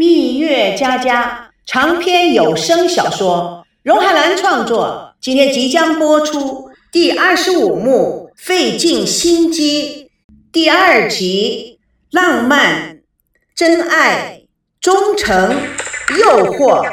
蜜月佳佳长篇有声小说，荣海兰创作，今天即将播出第25幕《费尽心机》第2集，浪漫、真爱、忠诚、诱惑。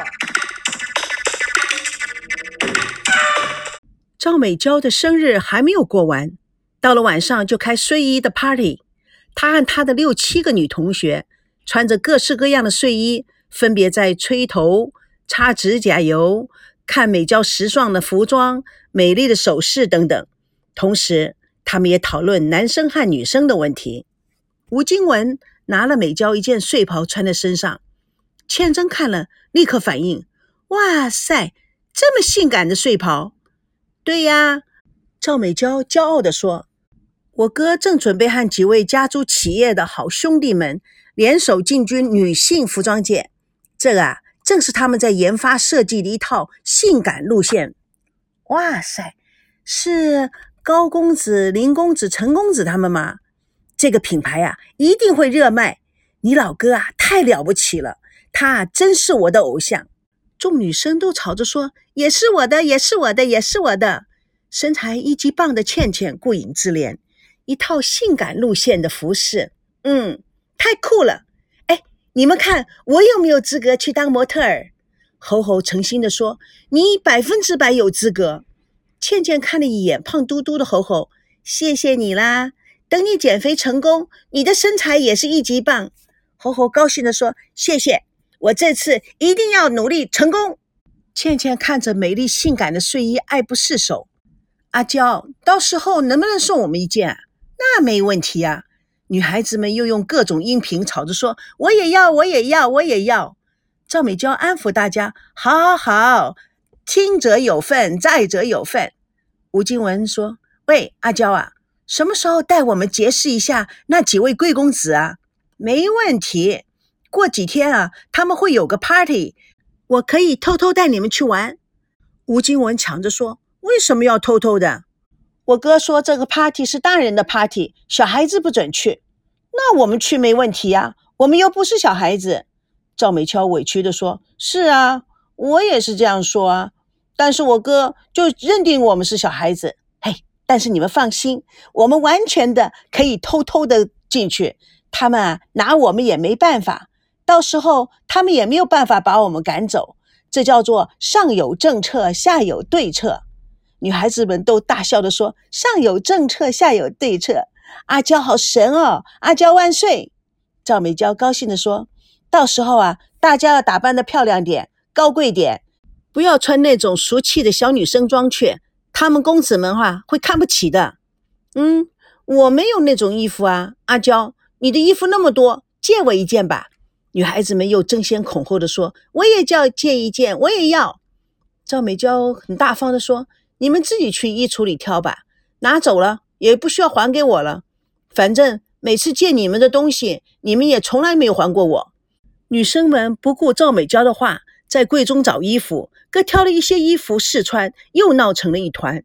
赵美娇的生日还没有过完，到了晚上就开睡衣的 party。她和她的6、7个女同学穿着各式各样的睡衣，分别在吹头、擦指甲油、看美娇时尚的服装、美丽的首饰等等。同时他们也讨论男生和女生的问题。吴金文拿了美娇一件睡袍穿在身上，倩珍看了立刻反应，哇塞，这么性感的睡袍。对呀，赵美娇骄傲地说，我哥正准备和几位家族企业的好兄弟们联手进军女性服装界，这正是他们在研发设计的一套性感路线。哇塞，是高公子、林公子、陈公子他们吗？这个品牌一定会热卖。你老哥太了不起了，他真是我的偶像。众女生都吵着说，也是我的，也是我的，也是我的。身材1级棒的倩倩顾影自怜，一套性感路线的服饰，太酷了。你们看我有没有资格去当模特儿？猴猴诚心地说，你100%有资格。倩倩看了一眼胖嘟嘟的猴猴，谢谢你啦，等你减肥成功，你的身材也是1级棒。猴猴高兴地说，谢谢，我这次一定要努力成功。倩倩看着美丽性感的睡衣爱不释手。阿娇，到时候能不能送我们一件？那没问题啊。女孩子们又用各种音频吵着说，我也要，我也要，我也要。赵美娇安抚大家，好好好，听者有份，在者有份。吴金文说，喂，阿娇什么时候带我们结识一下那几位贵公子啊？没问题，过几天他们会有个 party， 我可以偷偷带你们去玩。吴金文抢着说，为什么要偷偷的？我哥说这个 party 是大人的 party， 小孩子不准去。那我们去没问题啊，我们又不是小孩子。赵美娇委屈地说，是啊，我也是这样说啊，但是我哥就认定我们是小孩子。但是你们放心，我们完全的可以偷偷的进去，他们拿我们也没办法，到时候他们也没有办法把我们赶走，这叫做上有政策，下有对策。女孩子们都大笑地说，上有政策，下有对策，阿娇好神哦，阿娇万岁。赵美娇高兴地说，到时候大家要打扮得漂亮点，高贵点，不要穿那种俗气的小女生装去，他们公子们会看不起的。我没有那种衣服阿娇，你的衣服那么多，借我一件吧。女孩子们又争先恐后地说，我也叫借一件，我也要。赵美娇很大方地说，你们自己去衣橱里挑吧，拿走了也不需要还给我了，反正每次借你们的东西，你们也从来没有还过我。女生们不顾赵美娇的话，在柜中找衣服，各挑了一些衣服试穿，又闹成了一团。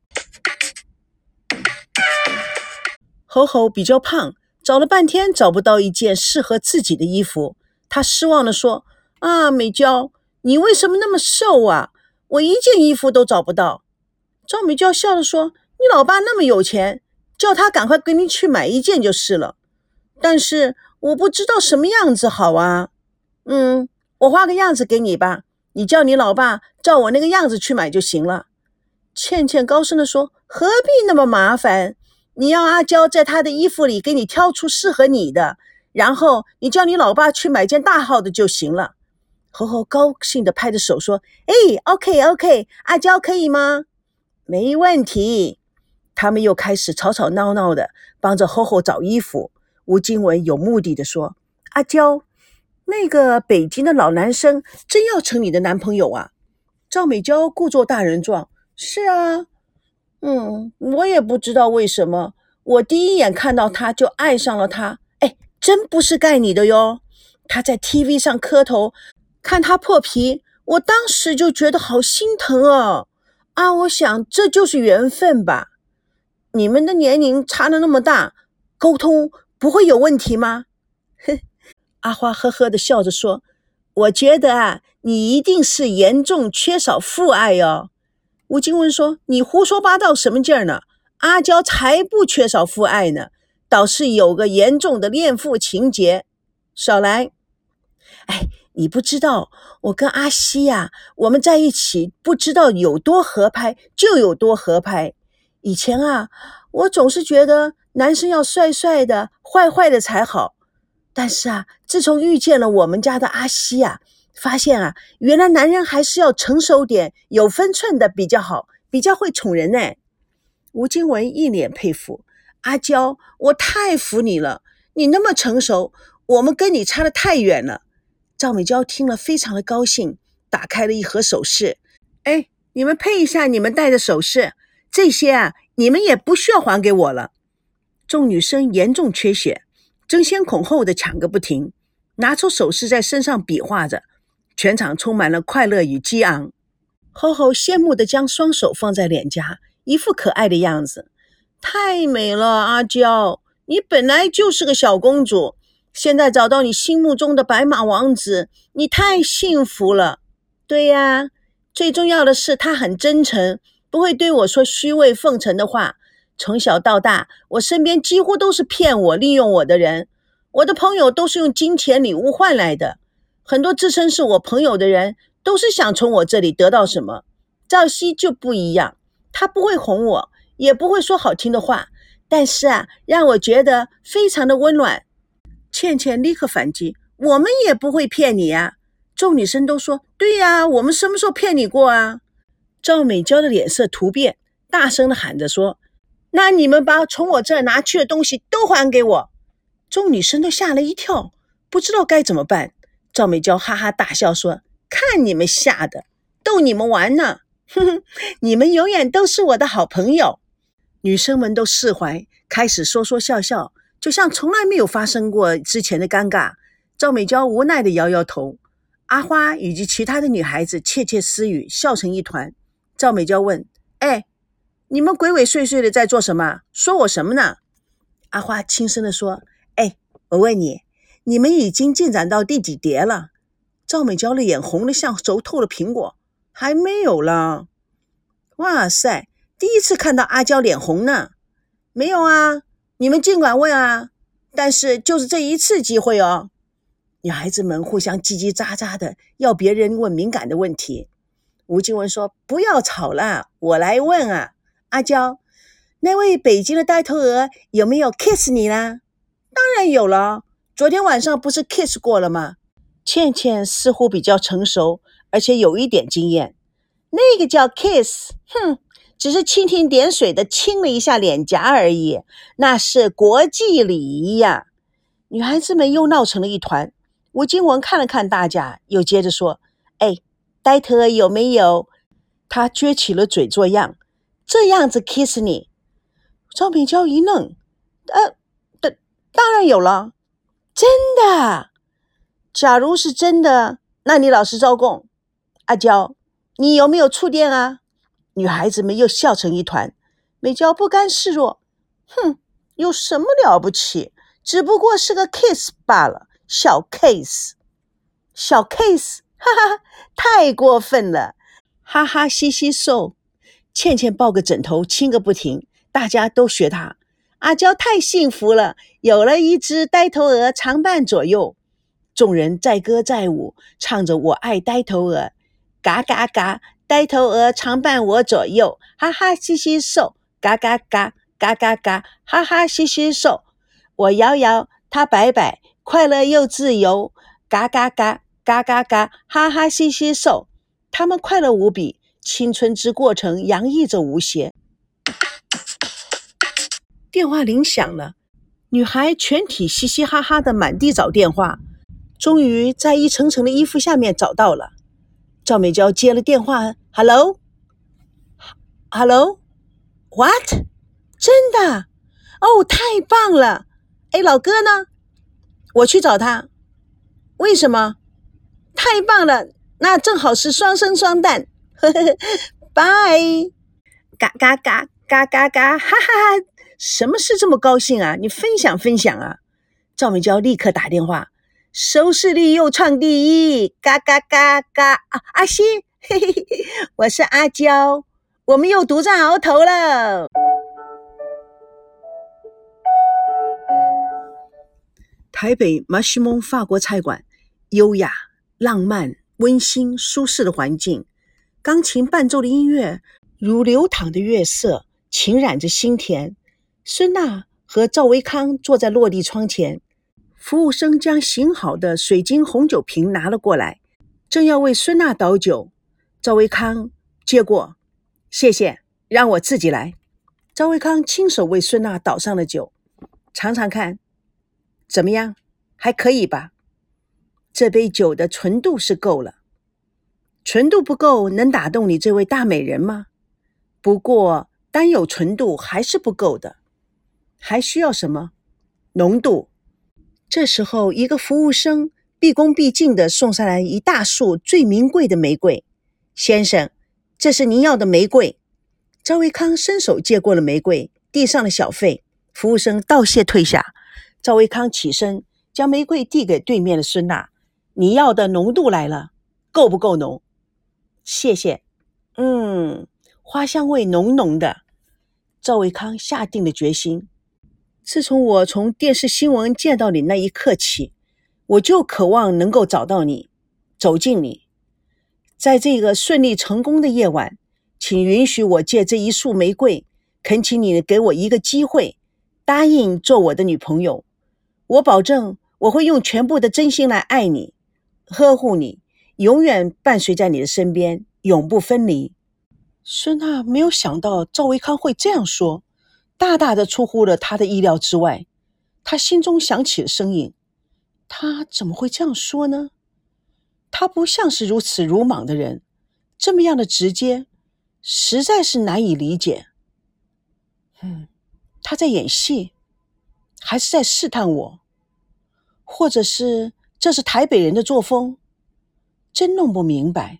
猴猴比较胖，找了半天找不到一件适合自己的衣服，他失望地说，美娇，你为什么那么瘦我一件衣服都找不到。赵美娇笑着说，你老爸那么有钱，叫他赶快给你去买一件就是了。但是我不知道什么样子好我画个样子给你吧，你叫你老爸照我那个样子去买就行了。倩倩高声地说，何必那么麻烦，你要阿娇在她的衣服里给你挑出适合你的，然后你叫你老爸去买件大号的就行了。猴猴高兴地拍着手说，OK， 阿娇可以吗？没问题。他们又开始吵吵闹闹的帮着猴猴找衣服。吴金文有目的地说，阿娇，那个北京的老男生真要成你的男朋友赵美娇故作大人状，是我也不知道为什么，我第一眼看到他就爱上了他。真不是盖你的哟，他在 TV 上磕头，看他破皮，我当时就觉得好心疼哦。我想这就是缘分吧。你们的年龄差得那么大，沟通不会有问题吗？阿花呵呵地笑着说， 我觉得啊，你一定是严重缺少父爱哦。吴金文说，你胡说八道什么劲儿呢？阿娇才不缺少父爱呢，倒是有个严重的恋父情节。少来。哎，你不知道，我跟阿西呀，我们在一起不知道有多合拍就有多合拍。以前啊，我总是觉得男生要帅帅的、坏坏的才好。但是啊，自从遇见了我们家的阿西啊，发现啊，原来男人还是要成熟点、有分寸的比较好，比较会宠人呢。吴金文一脸佩服，阿娇，我太服你了，你那么成熟，我们跟你差得太远了。赵美娇听了非常的高兴，打开了一盒首饰。哎，你们配一下你们戴的首饰，这些啊，你们也不需要还给我了。众女生严重缺血，争先恐后的抢个不停，拿出首饰在身上比划着，全场充满了快乐与激昂。吼吼羡慕的将双手放在脸颊，一副可爱的样子。太美了，阿娇，你本来就是个小公主，现在找到你心目中的白马王子，你太幸福了。对呀，最重要的是他很真诚，不会对我说虚伪奉承的话。从小到大，我身边几乎都是骗我、利用我的人。我的朋友都是用金钱礼物换来的，很多自称是我朋友的人都是想从我这里得到什么。赵熙就不一样，他不会哄我，也不会说好听的话，但是啊，让我觉得非常的温暖。倩倩立刻反击，我们也不会骗你啊。众女生都说，对呀，我们什么时候骗你过啊？赵美娇的脸色突变，大声的喊着说，那你们把从我这儿拿去的东西都还给我。众女生都吓了一跳，不知道该怎么办。赵美娇哈哈大笑说，看你们吓的，逗你们玩呢。哼哼，你们永远都是我的好朋友。女生们都释怀，开始说说笑笑，就像从来没有发生过之前的尴尬。赵美娇无奈地摇摇头，阿花以及其他的女孩子窃窃私语，笑成一团。赵美娇问，哎，你们鬼鬼祟祟的在做什么？说我什么呢？阿花轻声地说，哎，我问你，你们已经进展到第几叠了？赵美娇的眼红得像熟透了苹果，还没有啦。哇塞，第一次看到阿娇脸红呢。没有啊，你们尽管问啊，但是就是这一次机会哦。女孩子们互相叽叽喳喳的，要别人问敏感的问题。吴静文说，不要吵了，我来问啊。阿娇，那位北京的呆头鹅有没有 kiss 你啦？当然有了，昨天晚上不是 kiss 过了吗？倩倩似乎比较成熟，而且有一点经验。那个叫 kiss， 只是蜻蜓点水的亲了一下脸颊而已，那是国际礼仪呀。女孩子们又闹成了一团。吴金文看了看大家，又接着说，哎，呆头鹅有没有？他撅起了嘴做样，这样子 kiss 你。赵美娇一愣，当然有了。真的？假如是真的，那你老实招供。阿娇，你有没有触电啊？女孩子们又笑成一团。美娇不甘示弱，有什么了不起？只不过是个 kiss 罢了，小 case， 小 case， 哈哈，太过分了，哈哈嘻嘻瘦。倩倩抱个枕头亲个不停，大家都学她。阿娇太幸福了，有了一只呆头鹅常伴左右。众人载歌载舞，唱着我爱呆头鹅，嘎嘎嘎，呆头鹅常伴我左右，哈哈嘻嘻瘦，嘎嘎嘎，嘎嘎嘎，哈哈嘻嘻瘦。我摇摇，它摆摆，快乐又自由，嘎嘎嘎，嘎嘎嘎，哈哈嘻嘻瘦。他们快乐无比，青春之过程洋溢着无邪。电话铃响了，女孩全体嘻嘻哈哈的满地找电话，终于在一层层的衣服下面找到了。赵美娇接了电话 ，Hello， What？ 真的？哦，太棒了！哎，老哥呢？我去找他。为什么？太棒了，那正好是双生双蛋。拜！嘎嘎嘎嘎嘎嘎，哈哈哈！什么事这么高兴啊？你分享分享啊！赵美娇立刻打电话， 收视率又创第一，嘎嘎嘎嘎！阿西，嘿嘿嘿，我是阿娇，我们又独占鳌头了。台北马西蒙法国菜馆，优雅、浪漫、温馨、舒适的环境，钢琴伴奏的音乐如流淌的月色，情染着心田。孙娜和赵维康坐在落地窗前，服务生将醒好的水晶红酒瓶拿了过来，正要为孙娜倒酒。赵维康接过，谢谢，让我自己来。赵维康亲手为孙娜倒上了酒，尝尝看，怎么样？还可以吧？这杯酒的纯度是够了。纯度不够，能打动你这位大美人吗？不过，单有纯度还是不够的，还需要什么？浓度。这时候，一个服务生毕恭毕敬地送上来一大束最名贵的玫瑰。先生，这是您要的玫瑰。赵维康伸手接过了玫瑰，递上了小费。服务生道谢退下。赵维康起身，将玫瑰递给对面的孙娜。你要的浓度来了，够不够浓？谢谢。花香味浓浓的。赵维康下定了决心。自从我从电视新闻见到你那一刻起，我就渴望能够找到你，走近你。在这个顺利成功的夜晚，请允许我借这一束玫瑰，恳请你给我一个机会，答应做我的女朋友。我保证我会用全部的真心来爱你，呵护你，永远伴随在你的身边，永不分离。孙娜没有想到赵维康会这样说，大大的出乎了他的意料之外。他心中响起了声音，他怎么会这样说呢？他不像是如此鲁莽的人，这么样的直接，实在是难以理解。他在演戏，还是在试探我？或者是这是台北人的作风？真弄不明白。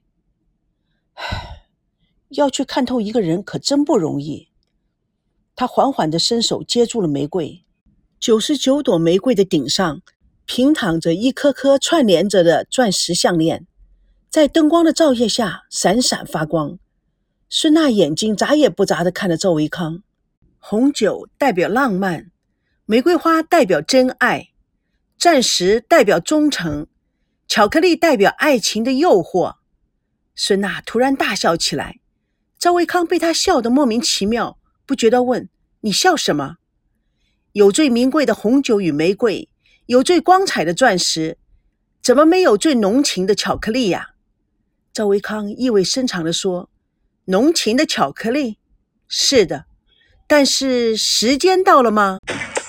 要去看透一个人可真不容易。他缓缓地伸手接住了玫瑰。99朵玫瑰的顶上平躺着一颗颗串联着的钻石项链，在灯光的照射下闪闪发光。孙娜眼睛眨也不眨地看着赵维康。红酒代表浪漫，玫瑰花代表真爱，钻石代表忠诚，巧克力代表爱情的诱惑。孙娜突然大笑起来。赵维康被她笑得莫名其妙，不觉地问：你笑什么？有最名贵的红酒与玫瑰，有最光彩的钻石，怎么没有最浓情的巧克力呀？赵维康意味深长地说：浓情的巧克力？是的，但是时间到了吗？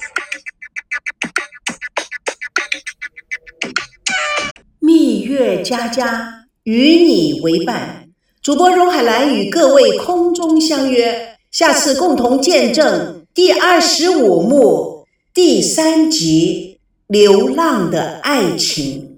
蜜月佳佳，与你为伴。主播荣海兰与各位空中相约，下次共同见证第25幕第3集《流浪的爱情》。